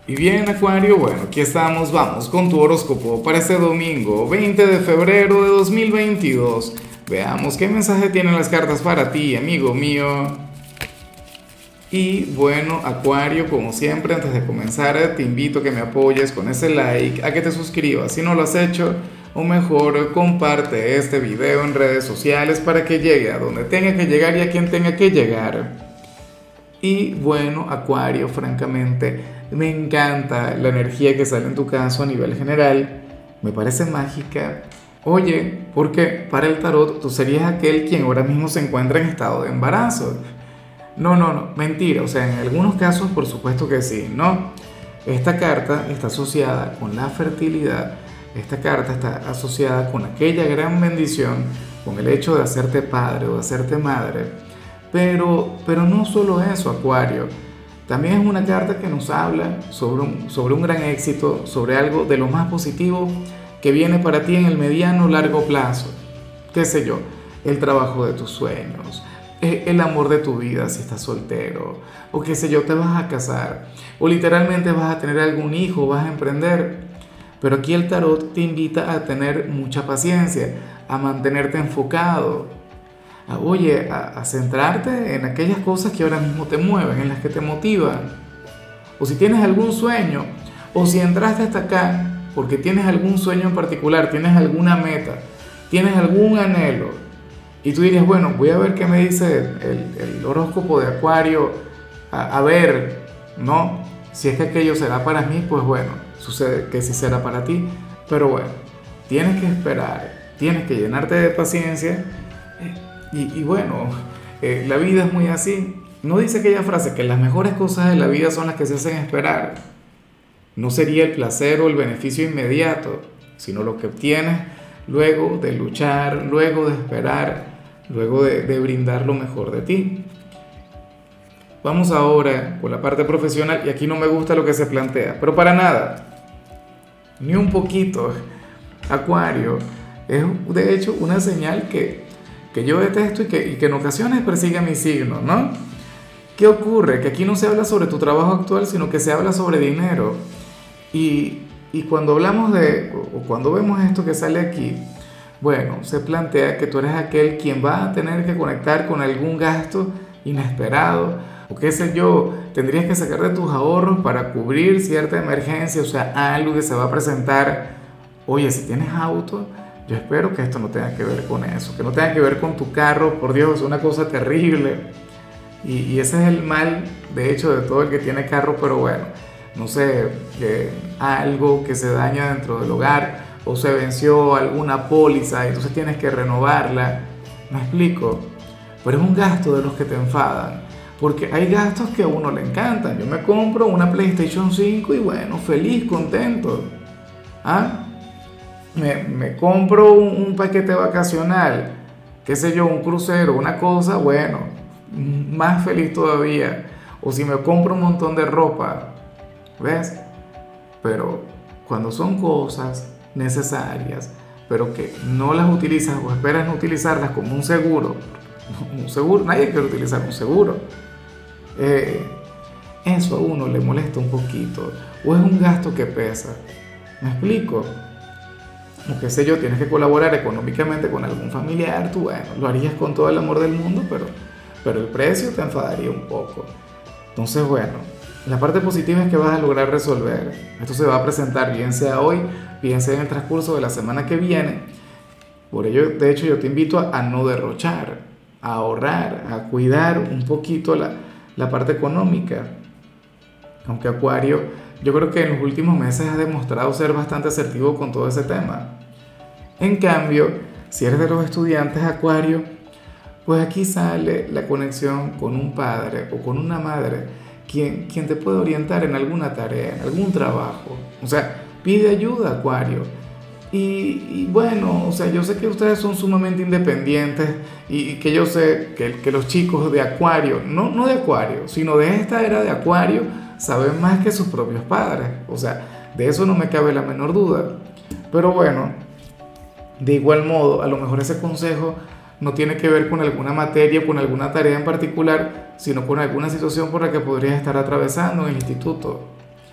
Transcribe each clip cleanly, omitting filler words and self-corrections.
Y bien, Acuario, bueno, aquí estamos, vamos con tu horóscopo para este domingo, 20 de febrero de 2022. Veamos qué mensaje tienen las cartas para ti, amigo mío. Y bueno, Acuario, como siempre, antes de comenzar, te invito a que me apoyes con ese like, a que te suscribas si no lo has hecho, o mejor, comparte este video en redes sociales para que llegue a donde tenga que llegar y a quien tenga que llegar. Y bueno, Acuario, francamente, me encanta la energía que sale en tu caso a nivel general. Me parece mágica. Oye, porque para el tarot tú serías aquel quien ahora mismo se encuentra en estado de embarazo. No, no, no, mentira. O sea, en algunos casos por supuesto que sí, ¿no? Esta carta está asociada con la fertilidad. Esta carta está asociada con aquella gran bendición, con el hecho de hacerte padre o de hacerte madre. Pero no solo eso, Acuario. También es una carta que nos habla sobre un gran éxito, sobre algo de lo más positivo que viene para ti en el mediano o largo plazo. Qué sé yo, el trabajo de tus sueños, el amor de tu vida si estás soltero, o qué sé yo, te vas a casar, o literalmente vas a tener algún hijo, vas a emprender. Pero aquí el tarot te invita a tener mucha paciencia, a mantenerte enfocado, oye, a centrarte en aquellas cosas que ahora mismo te mueven, en las que te motivan. O si tienes algún sueño, o si entraste hasta acá porque tienes algún sueño en particular, tienes alguna meta, tienes algún anhelo, y tú dirías, bueno, voy a ver qué me dice el horóscopo de Acuario, a ver, ¿no? Si es que aquello será para mí, pues bueno, sucede que sí será para ti, pero bueno, tienes que esperar, tienes que llenarte de paciencia. Y bueno, la vida es muy así. No dice aquella frase que las mejores cosas de la vida son las que se hacen esperar. No sería el placer o el beneficio inmediato, sino lo que obtienes luego de luchar, luego de esperar, luego de brindar lo mejor de ti. Vamos ahora con la parte profesional y aquí no me gusta lo que se plantea, pero para nada, ni un poquito. Acuario, es de hecho una señal que yo detesto y que en ocasiones persigue a mi signo, ¿no? ¿Qué ocurre? Que aquí no se habla sobre tu trabajo actual, sino que se habla sobre dinero. Y cuando hablamos o cuando vemos esto que sale aquí, bueno, se plantea que tú eres aquel quien va a tener que conectar con algún gasto inesperado, o qué sé yo, tendrías que sacar de tus ahorros para cubrir cierta emergencia, o sea, algo que se va a presentar. Oye, si tienes auto, yo espero que esto no tenga que ver con eso, que no tenga que ver con tu carro, por Dios, es una cosa terrible. Y ese es el mal, de hecho, de todo el que tiene carro, pero bueno, no sé, algo que se daña dentro del hogar o se venció alguna póliza y entonces tienes que renovarla. ¿Me explico? Pero es un gasto de los que te enfadan, porque hay gastos que a uno le encantan. Yo me compro una PlayStation 5 y bueno, feliz, contento. ¿Ah? Me compro un paquete vacacional, qué sé yo, un crucero, una cosa, bueno, más feliz todavía. O si me compro un montón de ropa, ¿ves? Pero cuando son cosas necesarias, pero que no las utilizas o esperas no utilizarlas como un seguro, nadie quiere utilizar un seguro. Eso a uno le molesta un poquito, o es un gasto que pesa. ¿Me explico? O qué sé yo, tienes que colaborar económicamente con algún familiar, tú bueno, lo harías con todo el amor del mundo, pero el precio te enfadaría un poco. Entonces, bueno, la parte positiva es que vas a lograr resolver. Esto se va a presentar bien sea hoy, bien sea en el transcurso de la semana que viene. Por ello, de hecho, yo te invito a no derrochar, a ahorrar, a cuidar un poquito la parte económica. Aunque Acuario, yo creo que en los últimos meses has demostrado ser bastante asertivo con todo ese tema. En cambio, si eres de los estudiantes Acuario, pues aquí sale la conexión con un padre o con una madre quien te puede orientar en alguna tarea, en algún trabajo. O sea, pide ayuda, Acuario. Y bueno, o sea, yo sé que ustedes son sumamente independientes y que yo sé que los chicos de Acuario, no de Acuario, sino de esta era de Acuario, saben más que sus propios padres. O sea, de eso no me cabe la menor duda. Pero bueno, de igual modo, a lo mejor ese consejo no tiene que ver con alguna materia, con alguna tarea en particular, sino con alguna situación por la que podrías estar atravesando en el instituto.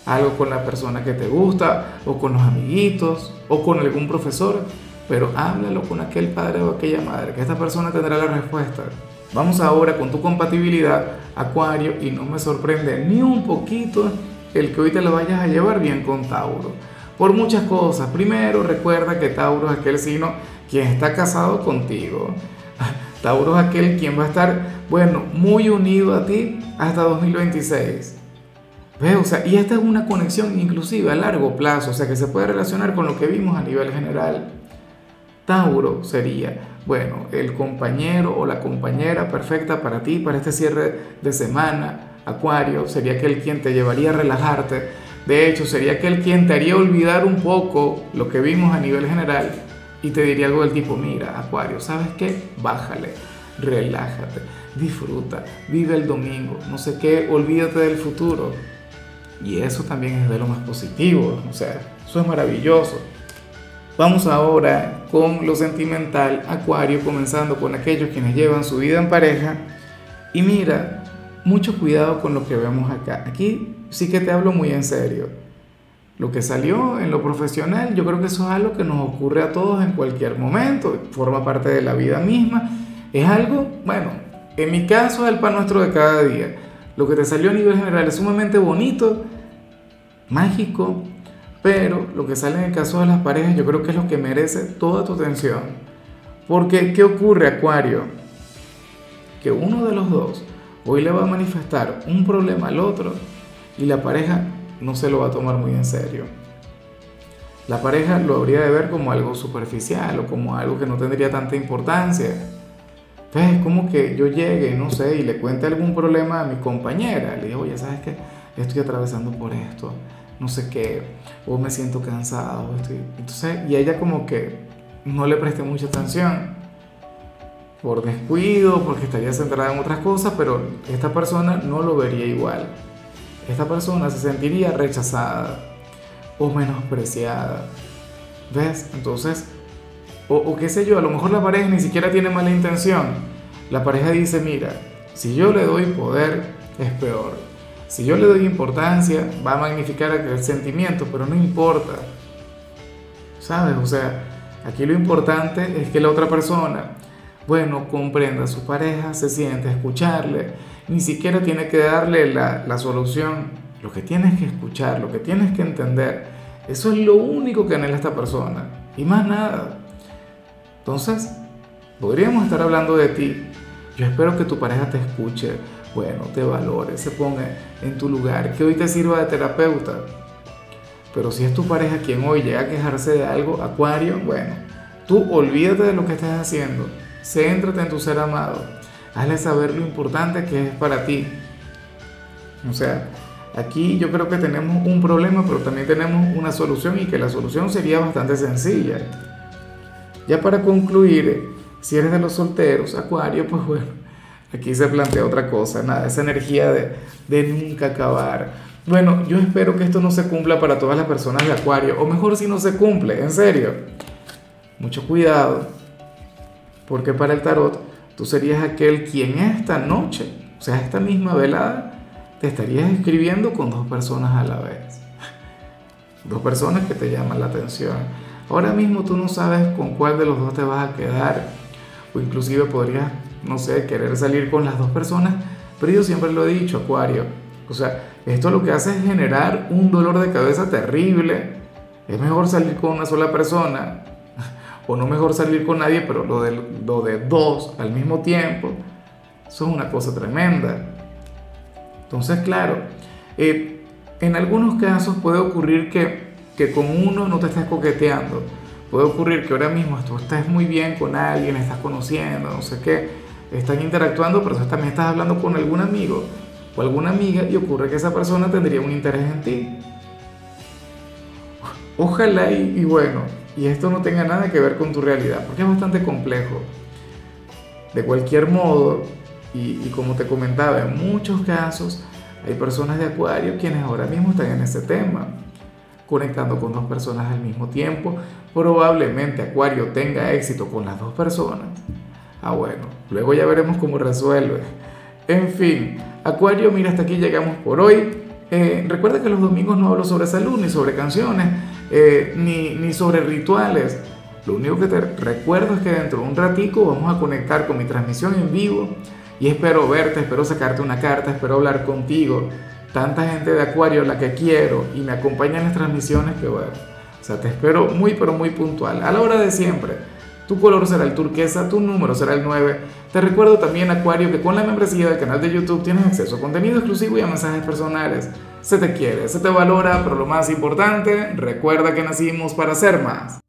algo con la persona que te gusta, o con los amiguitos, o con algún profesor, pero háblalo con aquel padre o aquella madre, que esta persona tendrá la respuesta. Vamos ahora con tu compatibilidad, Acuario, y no me sorprende ni un poquito el que hoy te lo vayas a llevar bien con Tauro. Por muchas cosas. Primero, recuerda que Tauro es aquel signo quien está casado contigo. Tauro es aquel quien va a estar, bueno, muy unido a ti hasta 2026. ¿Ves? O sea, y esta es una conexión inclusive a largo plazo, o sea, que se puede relacionar con lo que vimos a nivel general. Tauro sería, bueno, el compañero o la compañera perfecta para ti, para este cierre de semana. Acuario sería aquel quien te llevaría a relajarte. De hecho, sería aquel quien te haría olvidar un poco lo que vimos a nivel general y te diría algo del tipo, mira, Acuario, ¿sabes qué? Bájale, relájate, disfruta, vive el domingo, no sé qué, olvídate del futuro. Y eso también es de lo más positivo, o sea, eso es maravilloso. Vamos ahora con lo sentimental, Acuario, comenzando con aquellos quienes llevan su vida en pareja. Y mira, mucho cuidado con lo que vemos acá. Aquí sí que te hablo muy en serio. Lo que salió en lo profesional, yo creo que eso es algo que nos ocurre a todos en cualquier momento, forma parte de la vida misma. Es algo, bueno, en mi caso es el pan nuestro de cada día. Lo que te salió a nivel general es sumamente bonito, mágico, pero lo que sale en el caso de las parejas yo creo que es lo que merece toda tu atención. Porque, ¿qué ocurre, Acuario? Que uno de los dos hoy le va a manifestar un problema al otro y la pareja no se lo va a tomar muy en serio. La pareja lo habría de ver como algo superficial o como algo que no tendría tanta importancia. Entonces es como que yo llegue, no sé, y le cuente algún problema a mi compañera. Le digo, oye, ¿sabes qué? Estoy atravesando por esto, no sé qué, o me siento cansado. Entonces, y ella como que no le preste mucha atención por descuido, porque estaría centrada en otras cosas, pero esta persona no lo vería igual. Esta persona se sentiría rechazada o menospreciada. ¿Ves? Entonces, o qué sé yo, a lo mejor la pareja ni siquiera tiene mala intención. La pareja dice, mira, si yo le doy poder, es peor. Si yo le doy importancia, va a magnificar aquel sentimiento, pero no importa. ¿Sabes? O sea, aquí lo importante es que la otra persona, bueno, comprenda a su pareja, se siente a escucharle, ni siquiera tiene que darle la solución, lo que tienes que escuchar, lo que tienes que entender, eso es lo único que anhela esta persona, y más nada. Entonces, podríamos estar hablando de ti, yo espero que tu pareja te escuche, bueno, te valore, se ponga en tu lugar, que hoy te sirva de terapeuta, pero si es tu pareja quien hoy llega a quejarse de algo, Acuario, bueno, tú olvídate de lo que estás haciendo, céntrate en tu ser amado, hazle saber lo importante que es para ti. O sea, aquí yo creo que tenemos un problema, pero también tenemos una solución y que la solución sería bastante sencilla. Ya para concluir, si eres de los solteros, Acuario, pues bueno, aquí se plantea otra cosa, nada, esa energía de nunca acabar. Bueno, yo espero que esto no se cumpla para todas las personas de Acuario, o mejor si no se cumple, en serio. Mucho cuidado, porque para el tarot tú serías aquel quien esta noche, o sea, esta misma velada, te estarías escribiendo con dos personas a la vez. Dos personas que te llaman la atención. Ahora mismo tú no sabes con cuál de los dos te vas a quedar, o inclusive podrías, no sé, querer salir con las dos personas, pero yo siempre lo he dicho, Acuario, o sea, esto lo que hace es generar un dolor de cabeza terrible. Es mejor salir con una sola persona, o no mejor salir con nadie, pero lo de dos al mismo tiempo, eso es una cosa tremenda. Entonces, claro, en algunos casos puede ocurrir que con uno no te estés coqueteando. Puede ocurrir que ahora mismo tú estés muy bien con alguien, estás conociendo, no sé qué, están interactuando, pero también estás hablando con algún amigo o alguna amiga y ocurre que esa persona tendría un interés en ti. Ojalá y bueno, y esto no tenga nada que ver con tu realidad, porque es bastante complejo. De cualquier modo, y como te comentaba, en muchos casos hay personas de Acuario quienes ahora mismo están en ese tema, conectando con dos personas al mismo tiempo. Probablemente Acuario tenga éxito con las dos personas. Ah, bueno, luego ya veremos cómo resuelve. En fin, Acuario, mira, hasta aquí llegamos por hoy. Recuerda que los domingos no hablo sobre salud, ni sobre canciones, ni sobre rituales. Lo único que te recuerdo es que dentro de un ratico vamos a conectar con mi transmisión en vivo y espero verte, espero sacarte una carta, espero hablar contigo. Tanta gente de Acuario la que quiero y me acompaña en las transmisiones que bueno. O sea, te espero muy pero muy puntual, a la hora de siempre. Tu color será el turquesa, tu número será el 9. Te recuerdo también, Acuario, que con la membresía del canal de YouTube tienes acceso a contenido exclusivo y a mensajes personales. Se te quiere, se te valora, pero lo más importante, recuerda que nacimos para ser más.